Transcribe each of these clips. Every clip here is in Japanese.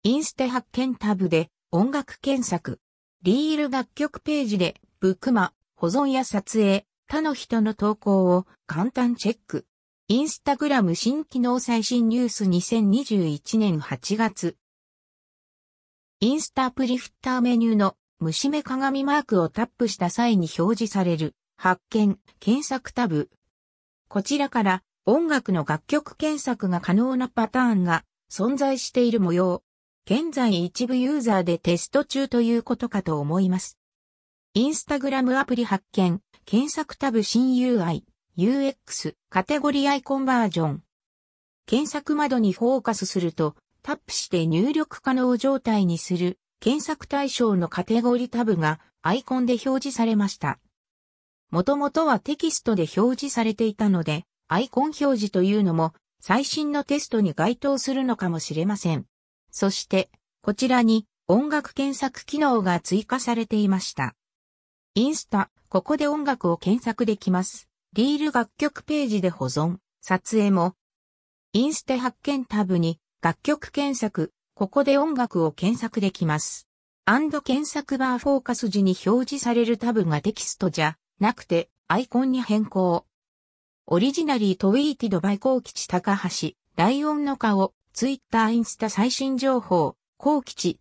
インスタ発見タブで音楽検索。リール楽曲ページでブックマ、保存や撮影、他の人の投稿を簡単チェック。インスタグラム新機能最新ニュース2021年8月。インスタアプリフッターメニューの虫目鏡マークをタップした際に表示される発見、検索タブ。こちらから音楽の楽曲検索が可能なパターンが存在している模様。現在一部ユーザーでテスト中ということかと思います。インスタグラムアプリ発見、検索タブ新 UI、UX、カテゴリーアイコンバージョン。検索窓にフォーカスすると、タップして入力可能状態にする、検索対象のカテゴリータブがアイコンで表示されました。もともとはテキストで表示されていたので、アイコン表示というのも最新のテストに該当するのかもしれません。そして、こちらに音楽検索機能が追加されていました。インスタ、ここで音楽を検索できます。リール楽曲ページで保存、撮影も。インスタ発見タブに楽曲検索、ここで音楽を検索できます。検索バーフォーカス時に表示されるタブがテキストじゃなくてアイコンに変更。オリジナリートウィーティドバイコウキチ高橋、ライオンの顔。ツイッターインスタ最新情報、コウキチ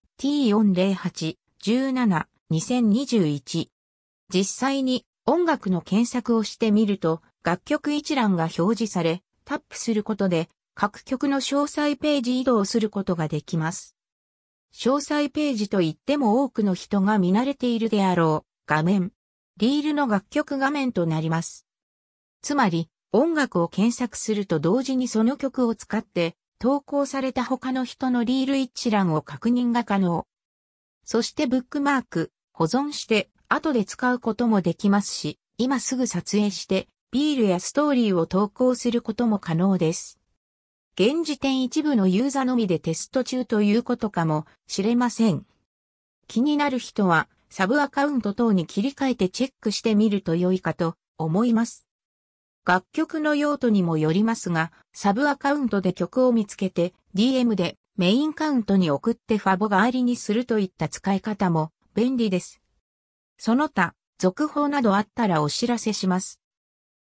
T408-17-2021。実際に音楽の検索をしてみると楽曲一覧が表示され、タップすることで各曲の詳細ページ移動することができます。詳細ページといっても多くの人が見慣れているであろう画面。リールの楽曲画面となります。つまり音楽を検索すると同時にその曲を使って投稿された他の人のリール一覧を確認が可能。そしてブックマーク、保存して後で使うこともできますし、今すぐ撮影してビールやストーリーを投稿することも可能です。現時点一部のユーザーのみでテスト中ということかもしれません。気になる人はサブアカウント等に切り替えてチェックしてみると良いかと思います。楽曲の用途にもよりますが、サブアカウントで曲を見つけて DM でメインカウントに送ってファボ代わりにするといった使い方も便利です。その他、続報などあったらお知らせします。